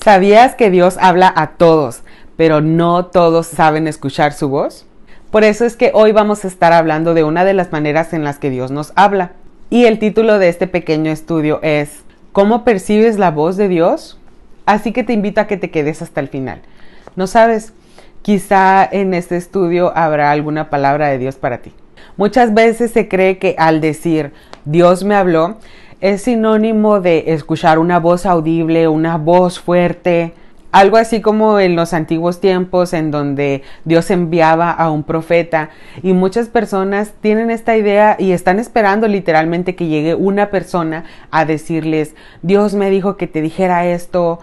¿Sabías que Dios habla a todos, pero no todos saben escuchar su voz? Por eso es que hoy vamos a estar hablando de una de las maneras en las que Dios nos habla. Y el título de este pequeño estudio es ¿Cómo percibes la voz de Dios? Así que te invito a que te quedes hasta el final. ¿No sabes? Quizá en este estudio habrá alguna palabra de Dios para ti. Muchas veces se cree que al decir Dios me habló, es sinónimo de escuchar una voz audible, una voz fuerte, algo así como en los antiguos tiempos en donde Dios enviaba a un profeta, y muchas personas tienen esta idea y están esperando literalmente que llegue una persona a decirles Dios me dijo que te dijera esto,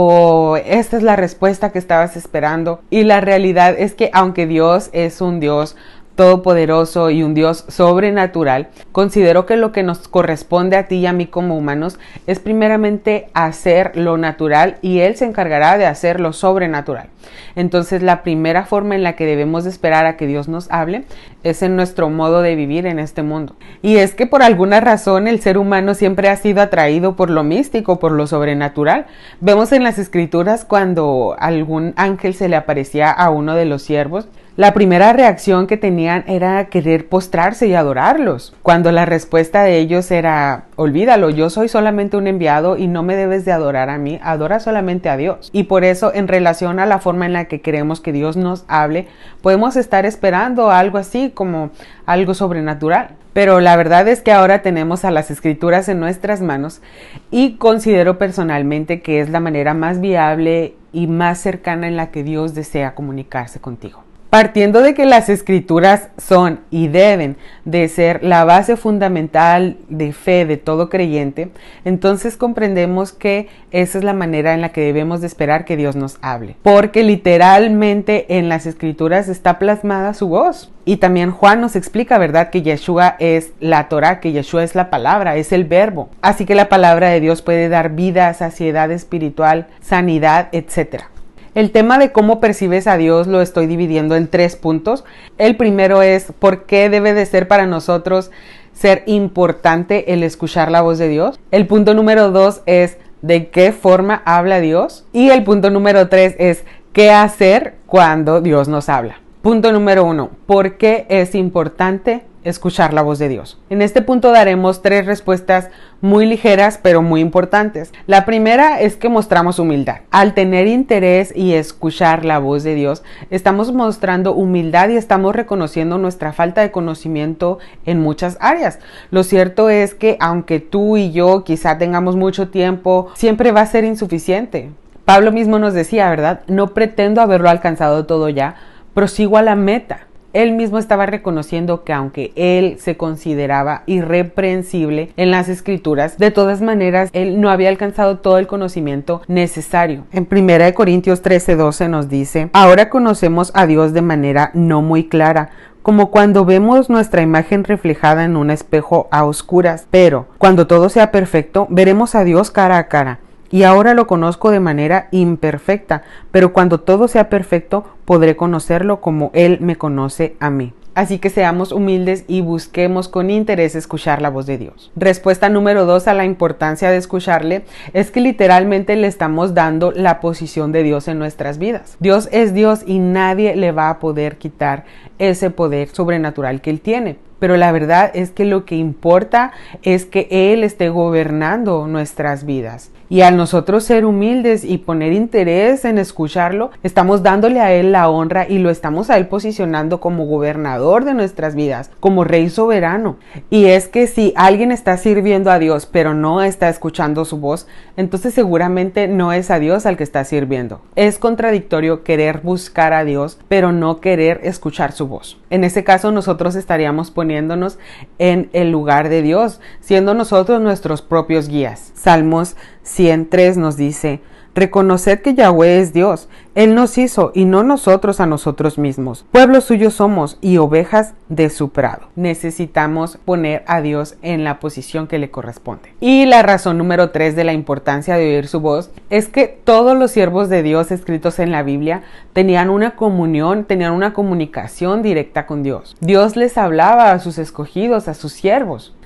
o esta es la respuesta que estabas esperando. Y la realidad es que aunque Dios es un Dios todopoderoso y un Dios sobrenatural, considero que lo que nos corresponde a ti y a mí como humanos es primeramente hacer lo natural y Él se encargará de hacer lo sobrenatural. Entonces la primera forma en la que debemos de esperar a que Dios nos hable es en nuestro modo de vivir en este mundo. Y es que por alguna razón el ser humano siempre ha sido atraído por lo místico, por lo sobrenatural. Vemos en las escrituras cuando algún ángel se le aparecía a uno de los siervos, la primera reacción que tenían era querer postrarse y adorarlos, cuando la respuesta de ellos era olvídalo, yo soy solamente un enviado y no me debes de adorar a mí, adora solamente a Dios. Y por eso, en relación a la forma en la que queremos que Dios nos hable, podemos estar esperando algo así como algo sobrenatural. Pero la verdad es que ahora tenemos a las escrituras en nuestras manos y considero personalmente que es la manera más viable y más cercana en la que Dios desea comunicarse contigo. Partiendo de que las escrituras son y deben de ser la base fundamental de fe de todo creyente, entonces comprendemos que esa es la manera en la que debemos de esperar que Dios nos hable. Porque literalmente en las escrituras está plasmada su voz. Y también Juan nos explica, ¿verdad?, que Yeshua es la Torah, que Yeshua es la palabra, es el verbo. Así que la palabra de Dios puede dar vida, saciedad espiritual, sanidad, etc. El tema de cómo percibes a Dios lo estoy dividiendo en 3 puntos. El primero es por qué debe de ser para nosotros ser importante el escuchar la voz de Dios. El punto número 2 es de qué forma habla Dios. Y el punto número 3 es qué hacer cuando Dios nos habla. Punto número 1, ¿por qué es importante escuchar la voz de Dios? En este punto daremos 3 respuestas muy ligeras pero muy importantes. La primera es que mostramos humildad. Al tener interés y escuchar la voz de Dios, estamos mostrando humildad y estamos reconociendo nuestra falta de conocimiento en muchas áreas. Lo cierto es que aunque tú y yo quizá tengamos mucho tiempo, siempre va a ser insuficiente. Pablo mismo nos decía, ¿verdad? No pretendo haberlo alcanzado todo ya, prosigo a la meta. Él mismo estaba reconociendo que aunque él se consideraba irreprensible en las escrituras, de todas maneras él no había alcanzado todo el conocimiento necesario. En 1 Corintios 13:12 nos dice, ahora conocemos a Dios de manera no muy clara, como cuando vemos nuestra imagen reflejada en un espejo a oscuras, pero cuando todo sea perfecto, veremos a Dios cara a cara. Y ahora lo conozco de manera imperfecta, pero cuando todo sea perfecto, podré conocerlo como Él me conoce a mí. Así que seamos humildes y busquemos con interés escuchar la voz de Dios. Respuesta número 2 a la importancia de escucharle es que literalmente le estamos dando la posición de Dios en nuestras vidas. Dios es Dios y nadie le va a poder quitar ese poder sobrenatural que Él tiene. Pero la verdad es que lo que importa es que Él esté gobernando nuestras vidas. Y al nosotros ser humildes y poner interés en escucharlo, estamos dándole a Él la honra y lo estamos a Él posicionando como gobernador de nuestras vidas, como Rey soberano. Y es que si alguien está sirviendo a Dios pero no está escuchando su voz, entonces seguramente no es a Dios al que está sirviendo. Es contradictorio querer buscar a Dios pero no querer escuchar su voz. En ese caso nosotros estaríamos poniéndonos en el lugar de Dios, siendo nosotros nuestros propios guías. Salmos 103 nos dice, reconoced que Yahweh es Dios, Él nos hizo y no nosotros a nosotros mismos. Pueblo suyo somos y ovejas de su prado. Necesitamos poner a Dios en la posición que le corresponde. Y la razón número 3 de la importancia de oír su voz es que todos los siervos de Dios escritos en la Biblia tenían una comunión, tenían una comunicación directa con Dios. Dios les hablaba a sus escogidos, a sus siervos.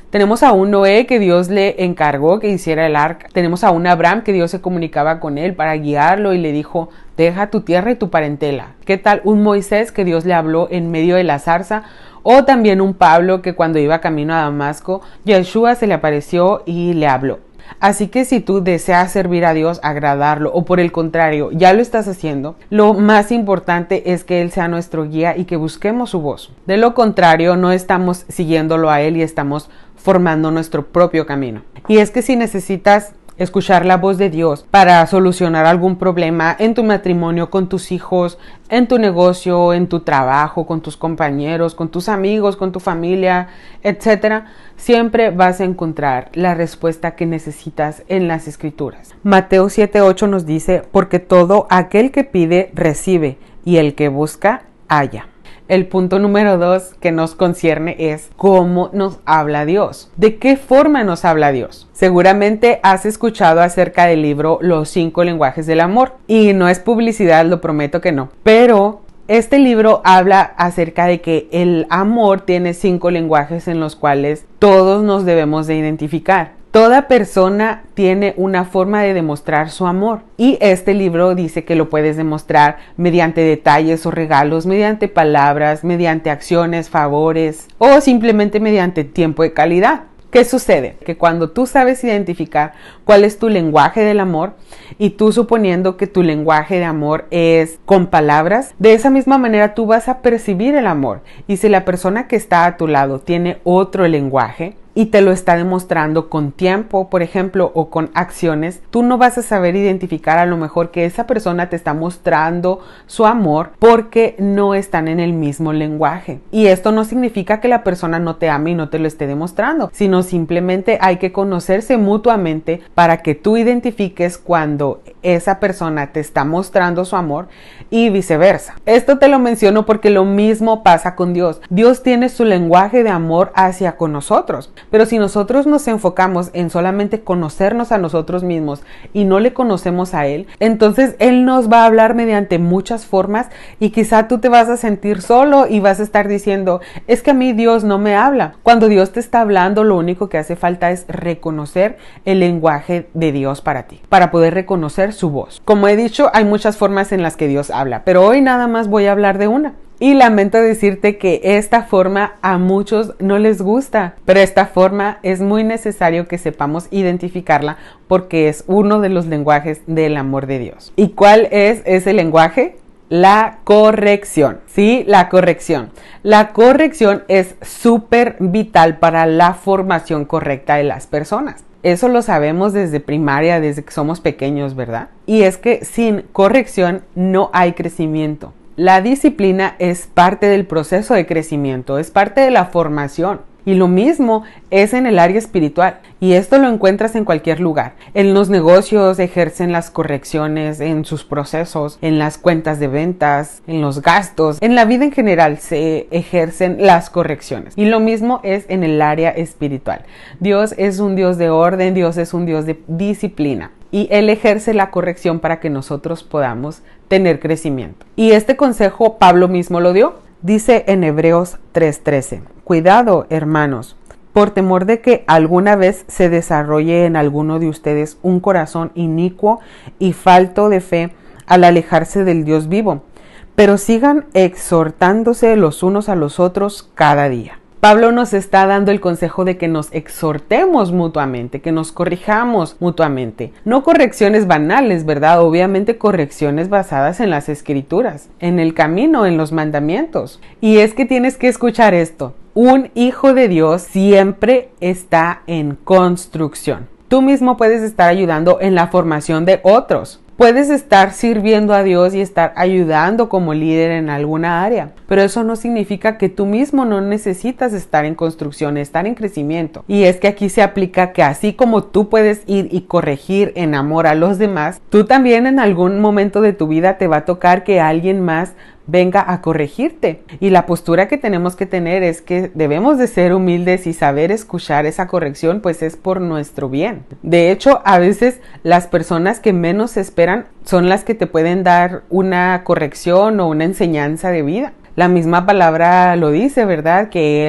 Tenemos a un Noé que Dios le encargó que hiciera el arca. Tenemos a un Abraham que Dios se comunicaba con él para guiarlo y le dijo, deja tu tierra y tu parentela. ¿Qué tal un Moisés que Dios le habló en medio de la zarza? O también un Pablo que cuando iba camino a Damasco, Yeshua se le apareció y le habló. Así que si tú deseas servir a Dios, agradarlo, o por el contrario, ya lo estás haciendo, lo más importante es que Él sea nuestro guía y que busquemos su voz. De lo contrario, no estamos siguiéndolo a Él y estamos formando nuestro propio camino. Y es que si necesitas escuchar la voz de Dios para solucionar algún problema en tu matrimonio, con tus hijos, en tu negocio, en tu trabajo, con tus compañeros, con tus amigos, con tu familia, etcétera, siempre vas a encontrar la respuesta que necesitas en las Escrituras. Mateo 7:8 nos dice, porque todo aquel que pide, recibe, y el que busca, halla. El punto número 2 que nos concierne es cómo nos habla Dios. ¿De qué forma nos habla Dios? Seguramente has escuchado acerca del libro Los 5 lenguajes del amor. Y no es publicidad, lo prometo que no. Pero este libro habla acerca de que el amor tiene 5 lenguajes en los cuales todos nos debemos de identificar. Toda persona tiene una forma de demostrar su amor y este libro dice que lo puedes demostrar mediante detalles o regalos, mediante palabras, mediante acciones, favores o simplemente mediante tiempo de calidad. ¿Qué sucede? Que cuando tú sabes identificar cuál es tu lenguaje del amor y tú suponiendo que tu lenguaje de amor es con palabras, de esa misma manera tú vas a percibir el amor. Y si la persona que está a tu lado tiene otro lenguaje y te lo está demostrando con tiempo, por ejemplo, o con acciones, tú no vas a saber identificar a lo mejor que esa persona te está mostrando su amor porque no están en el mismo lenguaje. Y esto no significa que la persona no te ame y no te lo esté demostrando, sino simplemente hay que conocerse mutuamente para que tú identifiques cuando esa persona te está mostrando su amor y viceversa. Esto te lo menciono porque lo mismo pasa con Dios. Dios tiene su lenguaje de amor hacia con nosotros. Pero si nosotros nos enfocamos en solamente conocernos a nosotros mismos y no le conocemos a Él, entonces Él nos va a hablar mediante muchas formas y quizá tú te vas a sentir solo y vas a estar diciendo, es que a mí Dios no me habla. Cuando Dios te está hablando, lo único que hace falta es reconocer el lenguaje de Dios para ti, para poder reconocer su voz. Como he dicho, hay muchas formas en las que Dios habla, pero hoy nada más voy a hablar de una. Y lamento decirte que esta forma a muchos no les gusta, pero esta forma es muy necesario que sepamos identificarla porque es uno de los lenguajes del amor de Dios. ¿Y cuál es ese lenguaje? La corrección. Sí, la corrección. La corrección es súper vital para la formación correcta de las personas. Eso lo sabemos desde primaria, desde que somos pequeños, ¿verdad? Y es que sin corrección no hay crecimiento. La disciplina es parte del proceso de crecimiento, es parte de la formación. Y lo mismo es en el área espiritual. Y esto lo encuentras en cualquier lugar. En los negocios ejercen las correcciones en sus procesos, en las cuentas de ventas, en los gastos. En la vida en general se ejercen las correcciones. Y lo mismo es en el área espiritual. Dios es un Dios de orden, Dios es un Dios de disciplina. Y Él ejerce la corrección para que nosotros podamos tener crecimiento. Y este consejo Pablo mismo lo dio. Dice en Hebreos 3:13, cuidado, hermanos, por temor de que alguna vez se desarrolle en alguno de ustedes un corazón inicuo y falto de fe al alejarse del Dios vivo, pero sigan exhortándose los unos a los otros cada día. Pablo nos está dando el consejo de que nos exhortemos mutuamente, que nos corrijamos mutuamente. No correcciones banales, ¿verdad? Obviamente correcciones basadas en las Escrituras, en el camino, en los mandamientos. Y es que tienes que escuchar esto. Un hijo de Dios siempre está en construcción. Tú mismo puedes estar ayudando en la formación de otros. Puedes estar sirviendo a Dios y estar ayudando como líder en alguna área, pero eso no significa que tú mismo no necesitas estar en construcción, estar en crecimiento. Y es que aquí se aplica que así como tú puedes ir y corregir en amor a los demás, tú también en algún momento de tu vida te va a tocar que alguien más venga a corregirte. Y la postura que tenemos que tener es que debemos de ser humildes y saber escuchar esa corrección, pues es por nuestro bien. De hecho, a veces las personas que menos esperan son las que te pueden dar una corrección o una enseñanza de vida. La misma palabra lo dice, ¿verdad? Que Él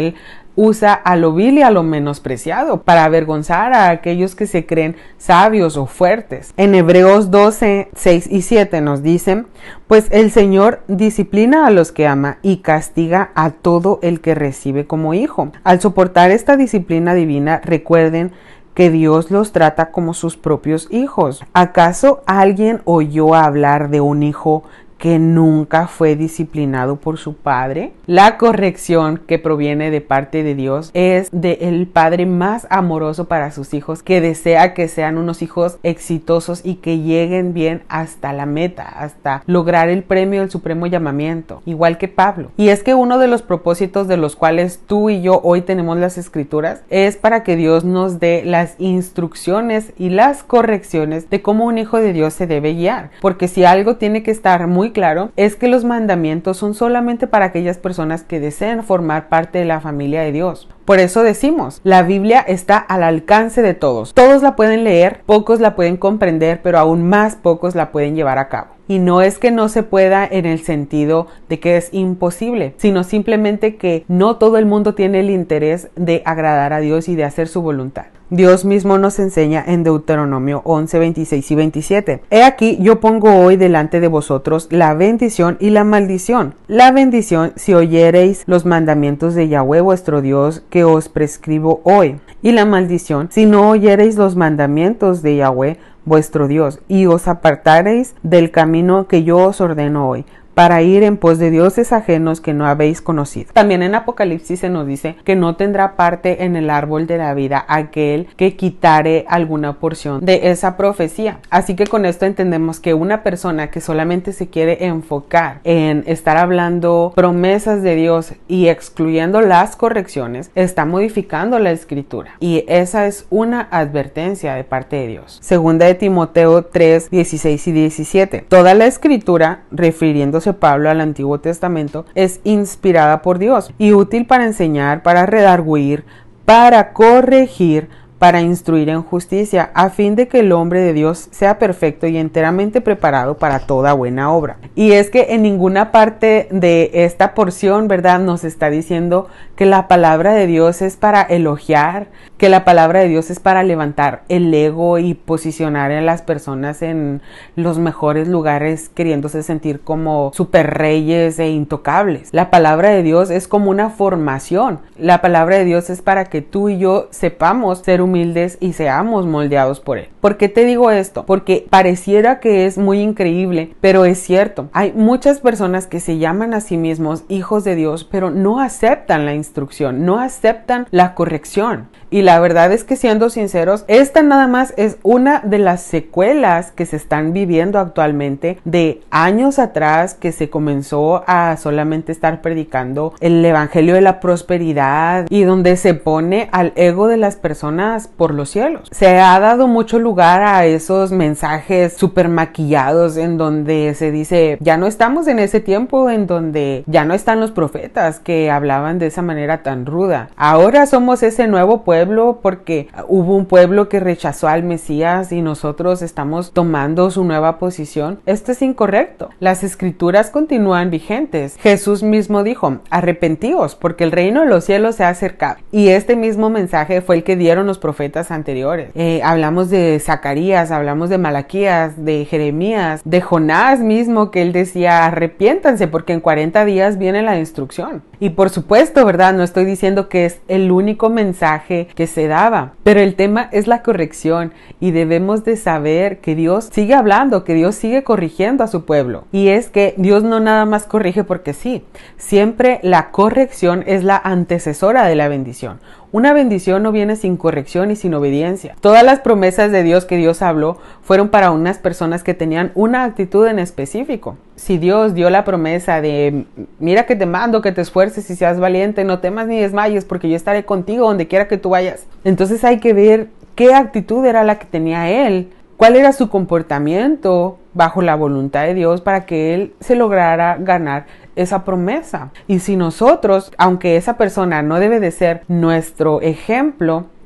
usa a lo vil y a lo menospreciado para avergonzar a aquellos que se creen sabios o fuertes. En Hebreos 12, 6 y 7 nos dicen: pues el Señor disciplina a los que ama y castiga a todo el que recibe como hijo. Al soportar esta disciplina divina, recuerden que Dios los trata como sus propios hijos. ¿Acaso alguien oyó hablar de un hijo que nunca fue disciplinado por su padre? La corrección que proviene de parte de Dios es del padre más amoroso para sus hijos, que desea que sean unos hijos exitosos y que lleguen bien hasta la meta, hasta lograr el premio del supremo llamamiento, igual que Pablo. Y es que uno de los propósitos de los cuales tú y yo hoy tenemos las escrituras es para que Dios nos dé las instrucciones y las correcciones de cómo un hijo de Dios se debe guiar, porque si algo tiene que estar muy claro es que los mandamientos son solamente para aquellas personas que deseen formar parte de la familia de Dios. Por eso decimos, la Biblia está al alcance de todos. Todos la pueden leer, pocos la pueden comprender, pero aún más pocos la pueden llevar a cabo. Y no es que no se pueda en el sentido de que es imposible, sino simplemente que no todo el mundo tiene el interés de agradar a Dios y de hacer su voluntad. Dios mismo nos enseña en Deuteronomio 11, 26 y 27. He aquí, yo pongo hoy delante de vosotros la bendición y la maldición. La bendición, si oyereis los mandamientos de Yahweh vuestro Dios que os prescribo hoy. Y la maldición, si no oyereis los mandamientos de Yahweh vuestro Dios y os apartareis del camino que yo os ordeno hoy, para ir en pos de dioses ajenos que no habéis conocido. También en Apocalipsis se nos dice que no tendrá parte en el árbol de la vida aquel que quitare alguna porción de esa profecía. Así que con esto entendemos que una persona que solamente se quiere enfocar en estar hablando promesas de Dios y excluyendo las correcciones, está modificando la escritura. Y esa es una advertencia de parte de Dios. Segunda de Timoteo 3, 16 y 17. Toda la escritura, refiriéndose Pablo al Antiguo Testamento, es inspirada por Dios y útil para enseñar, para redarguir, para corregir, para instruir en justicia, a fin de que el hombre de Dios sea perfecto y enteramente preparado para toda buena obra. Y es que en ninguna parte de esta porción, ¿verdad?, nos está diciendo que la palabra de Dios es para elogiar, que la palabra de Dios es para levantar el ego y posicionar a las personas en los mejores lugares, queriéndose sentir como super reyes e intocables. La palabra de Dios es como una formación. La palabra de Dios es para que tú y yo sepamos ser humildes y seamos moldeados por Él. ¿Por qué te digo esto? Porque pareciera que es muy increíble, pero es cierto. Hay muchas personas que se llaman a sí mismos hijos de Dios, pero no aceptan la instrucción, no aceptan la corrección. Y la verdad es que, siendo sinceros, esta nada más es una de las secuelas que se están viviendo actualmente de años atrás, que se comenzó a solamente estar predicando el evangelio de la prosperidad y donde se pone al ego de las personas por los cielos. Se ha dado mucho lugar a esos mensajes súper maquillados en donde se dice, ya no estamos en ese tiempo en donde ya no están los profetas que hablaban de esa manera tan ruda. Ahora somos ese nuevo pueblo porque hubo un pueblo que rechazó al Mesías y nosotros estamos tomando su nueva posición. Esto es incorrecto. Las escrituras continúan vigentes. Jesús mismo dijo, arrepentíos porque el reino de los cielos se ha acercado. Y este mismo mensaje fue el que dieron los profetas anteriores. Hablamos de Zacarías, hablamos de Malaquías, de Jeremías, de Jonás mismo, que él decía, arrepiéntanse porque en 40 días viene la instrucción. Y por supuesto, ¿verdad? No estoy diciendo que es el único mensaje que se daba, pero el tema es la corrección y debemos de saber que Dios sigue hablando, que Dios sigue corrigiendo a su pueblo. Y es que Dios no nada más corrige porque sí, siempre la corrección es la antecesora de la bendición. Una bendición no viene sin corrección y sin obediencia. Todas las promesas de Dios que Dios habló fueron para unas personas que tenían una actitud en específico. Si Dios dio la promesa de, mira que te mando, que te esfuerces y seas valiente, no temas ni desmayes porque yo estaré contigo donde quiera que tú vayas. Entonces hay que ver qué actitud era la que tenía Él, cuál era su comportamiento bajo la voluntad de Dios para que Él se lograra ganar esa promesa. Y si nosotros, aunque esa persona no debe de ser nuestro ejemplo,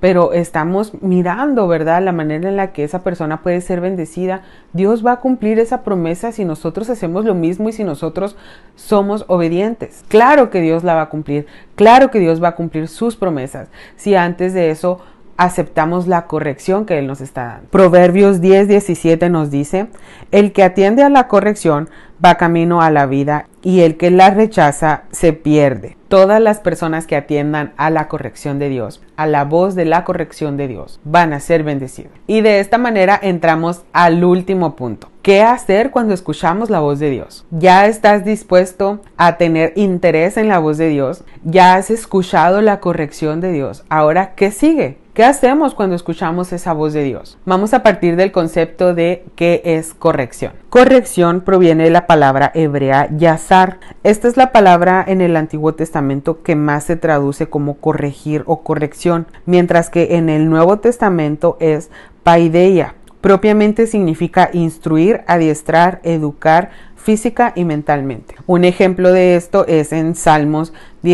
pero estamos mirando, ¿verdad?, la manera en la que esa persona puede ser bendecida. Dios va a cumplir esa promesa si nosotros hacemos lo mismo y si nosotros somos obedientes. Claro que Dios la va a cumplir, claro que Dios va a cumplir sus promesas, si antes de eso aceptamos la corrección que Él nos está dando. Proverbios 10:17 nos dice: el que atiende a la corrección va camino a la vida, y el que la rechaza se pierde. Todas las personas que atiendan a la corrección de Dios, a la voz de la corrección de Dios, van a ser bendecidos. Y de esta manera entramos al último punto. ¿Qué hacer cuando escuchamos la voz de Dios? ¿Ya estás dispuesto a tener interés en la voz de Dios? ¿Ya has escuchado la corrección de Dios? Ahora, ¿qué sigue? ¿Qué hacemos cuando escuchamos esa voz de Dios? Vamos a partir del concepto de qué es corrección. Corrección proviene de la palabra hebrea yazar. Esta es la palabra en el Antiguo Testamento que más se traduce como corregir o corrección, mientras que en el Nuevo Testamento es paideia. Propiamente significa instruir, adiestrar, educar física y mentalmente. Un ejemplo de esto es en Salmos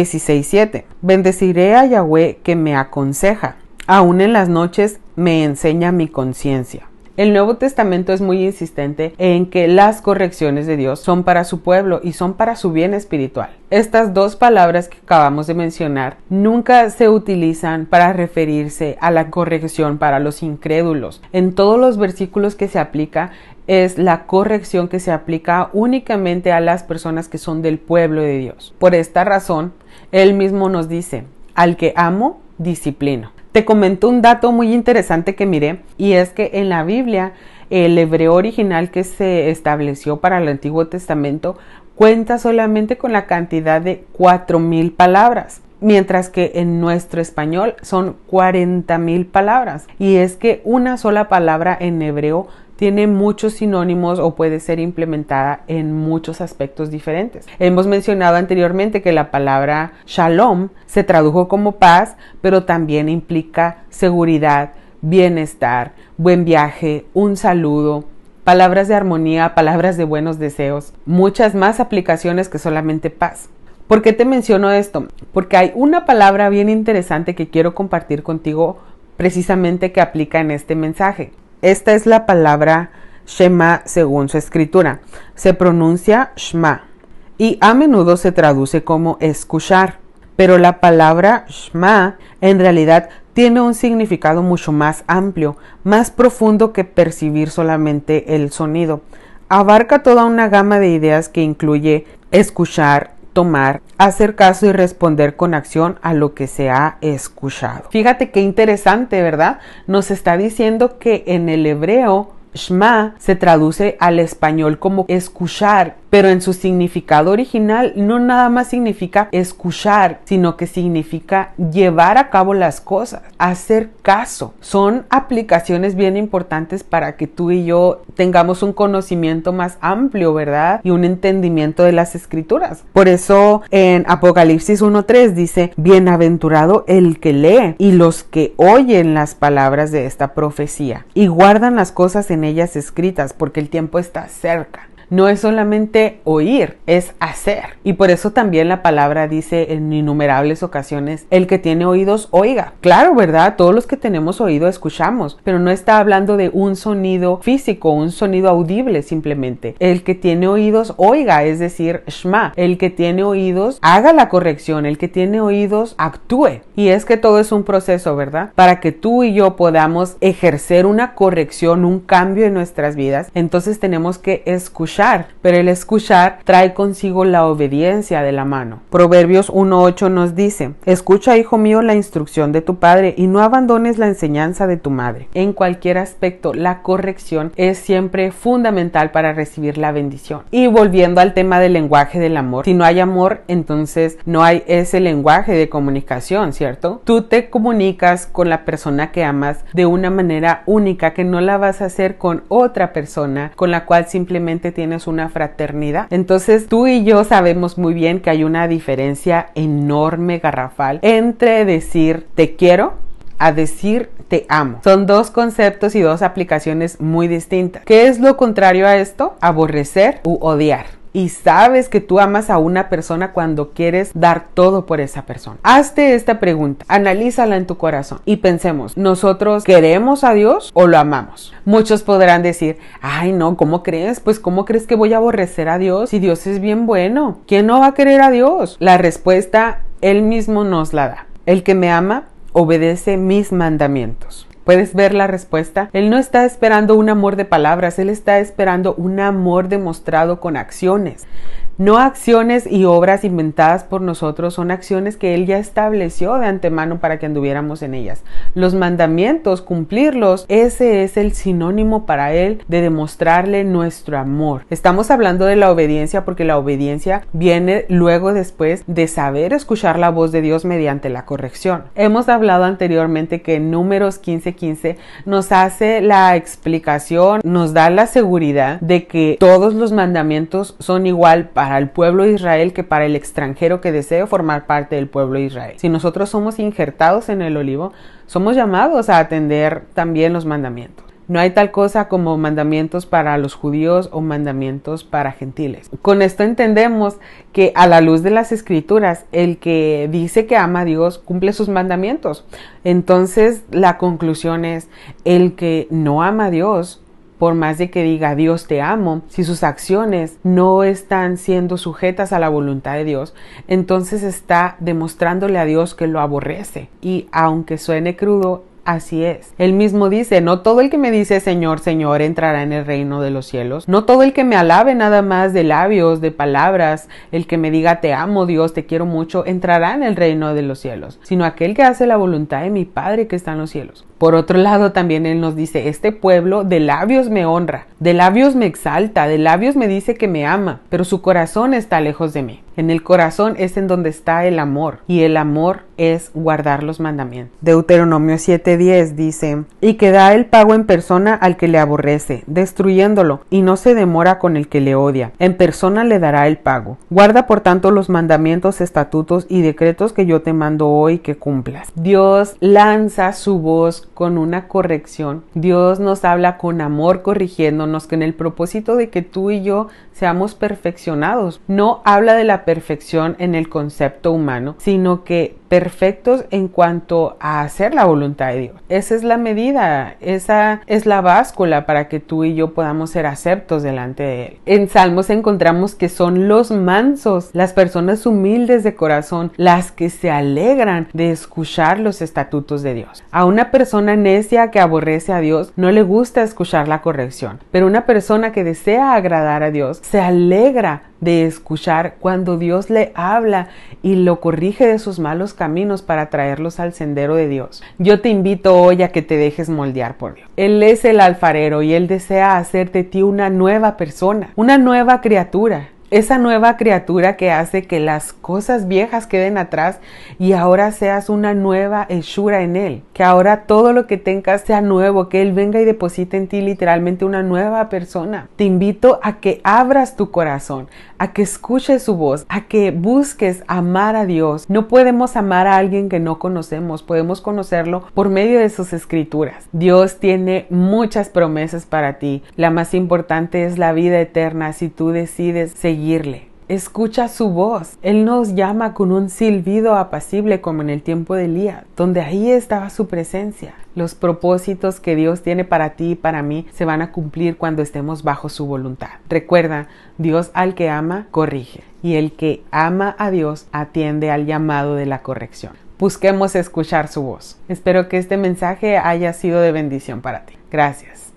16:7. Bendeciré a Yahweh que me aconseja. Aún en las noches me enseña mi conciencia. El Nuevo Testamento es muy insistente en que las correcciones de Dios son para su pueblo y son para su bien espiritual. Estas dos palabras que acabamos de mencionar nunca se utilizan para referirse a la corrección para los incrédulos. En todos los versículos que se aplica es la corrección que se aplica únicamente a las personas que son del pueblo de Dios. Por esta razón, Él mismo nos dice: al que amo, disciplino. Te comento un dato muy interesante que miré, y es que en la Biblia el hebreo original que se estableció para el Antiguo Testamento cuenta solamente con la cantidad de 4,000 palabras, mientras que en nuestro español son 40,000 palabras. Y es que una sola palabra en hebreo tiene muchos sinónimos o puede ser implementada en muchos aspectos diferentes. Hemos mencionado anteriormente que la palabra shalom se tradujo como paz, pero también implica seguridad, bienestar, buen viaje, un saludo, palabras de armonía, palabras de buenos deseos, muchas más aplicaciones que solamente paz. ¿Por qué te menciono esto? Porque hay una palabra bien interesante que quiero compartir contigo precisamente que aplica en este mensaje. Esta es la palabra Shema según su escritura. Se pronuncia Shema y a menudo se traduce como escuchar. Pero la palabra Shema en realidad tiene un significado mucho más amplio, más profundo que percibir solamente el sonido. Abarca toda una gama de ideas que incluye escuchar, tomar, hacer caso y responder con acción a lo que se ha escuchado. Fíjate qué interesante, ¿verdad? Nos está diciendo que en el hebreo Shema se traduce al español como escuchar, pero en su significado original no nada más significa escuchar, sino que significa llevar a cabo las cosas, hacer caso. Son aplicaciones bien importantes para que tú y yo tengamos un conocimiento más amplio, ¿verdad? Y un entendimiento de las escrituras. Por eso en Apocalipsis 1:3 dice: bienaventurado el que lee y los que oyen las palabras de esta profecía y guardan las cosas en ellas escritas, porque el tiempo está cerca. No es solamente oír, es hacer. Y por eso también la palabra dice en innumerables ocasiones: el que tiene oídos, oiga. Claro, ¿verdad? Todos los que tenemos oído escuchamos, pero no está hablando de un sonido físico, un sonido audible simplemente. El que tiene oídos, oiga, es decir, Shema. El que tiene oídos, haga la corrección. El que tiene oídos, actúe. Y es que todo es un proceso, ¿verdad? Para que tú y yo podamos ejercer una corrección, un cambio en nuestras vidas, entonces tenemos que escuchar. Pero el escuchar trae consigo la obediencia de la mano. Proverbios 1:8 nos dice: escucha, hijo mío, la instrucción de tu padre y no abandones la enseñanza de tu madre. En cualquier aspecto, la corrección es siempre fundamental para recibir la bendición. Y volviendo al tema del lenguaje del amor, si no hay amor, entonces no hay ese lenguaje de comunicación, ¿cierto? Tú te comunicas con la persona que amas de una manera única que no la vas a hacer con otra persona con la cual simplemente tienes una fraternidad. Entonces tú y yo sabemos muy bien que hay una diferencia enorme, garrafal, entre decir te quiero a decir te amo. Son dos conceptos y dos aplicaciones muy distintas. ¿Qué es lo contrario a esto? Aborrecer u odiar. y sabes que tú amas a una persona cuando quieres dar todo por esa persona. Hazte esta pregunta, analízala en tu corazón y pensemos, ¿nosotros queremos a Dios o lo amamos? Muchos podrán decir, ay no, ¿cómo crees? Pues ¿cómo crees que voy a aborrecer a Dios si Dios es bien bueno? ¿Quién no va a querer a Dios? La respuesta Él mismo nos la da. El que me ama obedece mis mandamientos. ¿Puedes ver la respuesta? Él no está esperando un amor de palabras, Él está esperando un amor demostrado con acciones. No acciones y obras inventadas por nosotros, son acciones que Él ya estableció de antemano para que anduviéramos en ellas. Los mandamientos, cumplirlos, ese es el sinónimo para Él de demostrarle nuestro amor. Estamos hablando de la obediencia porque la obediencia viene luego después de saber escuchar la voz de Dios mediante la corrección. Hemos hablado anteriormente que en Números 15:15 nos hace la explicación, nos da la seguridad de que todos los mandamientos son igual para el pueblo de Israel que para el extranjero que desee formar parte del pueblo de Israel. Si nosotros somos injertados en el olivo, somos llamados a atender también los mandamientos. No hay tal cosa como mandamientos para los judíos o mandamientos para gentiles. Con esto entendemos que a la luz de las escrituras, el que dice que ama a Dios cumple sus mandamientos. Entonces la conclusión es, el que no ama a Dios, por más de que diga Dios te amo, si sus acciones no están siendo sujetas a la voluntad de Dios, entonces está demostrándole a Dios que lo aborrece. Y aunque suene crudo, así es. Él mismo dice, no todo el que me dice Señor, Señor entrará en el reino de los cielos. No todo el que me alabe nada más de labios, de palabras, el que me diga te amo Dios, te quiero mucho, entrará en el reino de los cielos, sino aquel que hace la voluntad de mi Padre que está en los cielos. Por otro lado, también Él nos dice, este pueblo de labios me honra, de labios me exalta, de labios me dice que me ama, pero su corazón está lejos de mí. En el corazón es en donde está el amor, y el amor es guardar los mandamientos. Deuteronomio 7:10 dice, y que da el pago en persona al que le aborrece, destruyéndolo, y no se demora con el que le odia. En persona le dará el pago. Guarda por tanto los mandamientos, estatutos y decretos que yo te mando hoy que cumplas. Dios lanza su voz con una corrección. Dios nos habla con amor corrigiéndonos con el propósito de que tú y yo seamos perfeccionados. No habla de la perfección en el concepto humano, sino que perfectos en cuanto a hacer la voluntad de Dios. Esa es la medida, esa es la báscula para que tú y yo podamos ser aceptos delante de Él. En Salmos encontramos que son los mansos, las personas humildes de corazón, las que se alegran de escuchar los estatutos de Dios. A una persona necia que aborrece a Dios no le gusta escuchar la corrección, pero una persona que desea agradar a Dios se alegra de escuchar cuando Dios le habla y lo corrige de sus malos caminos para traerlos al sendero de Dios. Yo te invito hoy a que te dejes moldear por Dios. Él es el alfarero y Él desea hacerte de ti una nueva persona, una nueva criatura. Esa nueva criatura que hace que las cosas viejas queden atrás y ahora seas una nueva hechura en Él. Que ahora todo lo que tengas sea nuevo, que Él venga y deposite en ti literalmente una nueva persona. Te invito a que abras tu corazón, a que escuches su voz, a que busques amar a Dios. No podemos amar a alguien que no conocemos, podemos conocerlo por medio de sus escrituras. Dios tiene muchas promesas para ti. La más importante es la vida eterna si tú decides seguirle. Escucha su voz. Él nos llama con un silbido apacible como en el tiempo de Elías, donde ahí estaba su presencia. Los propósitos que Dios tiene para ti y para mí se van a cumplir cuando estemos bajo su voluntad. Recuerda, Dios al que ama, corrige. Y el que ama a Dios atiende al llamado de la corrección. Busquemos escuchar su voz. Espero que este mensaje haya sido de bendición para ti. Gracias.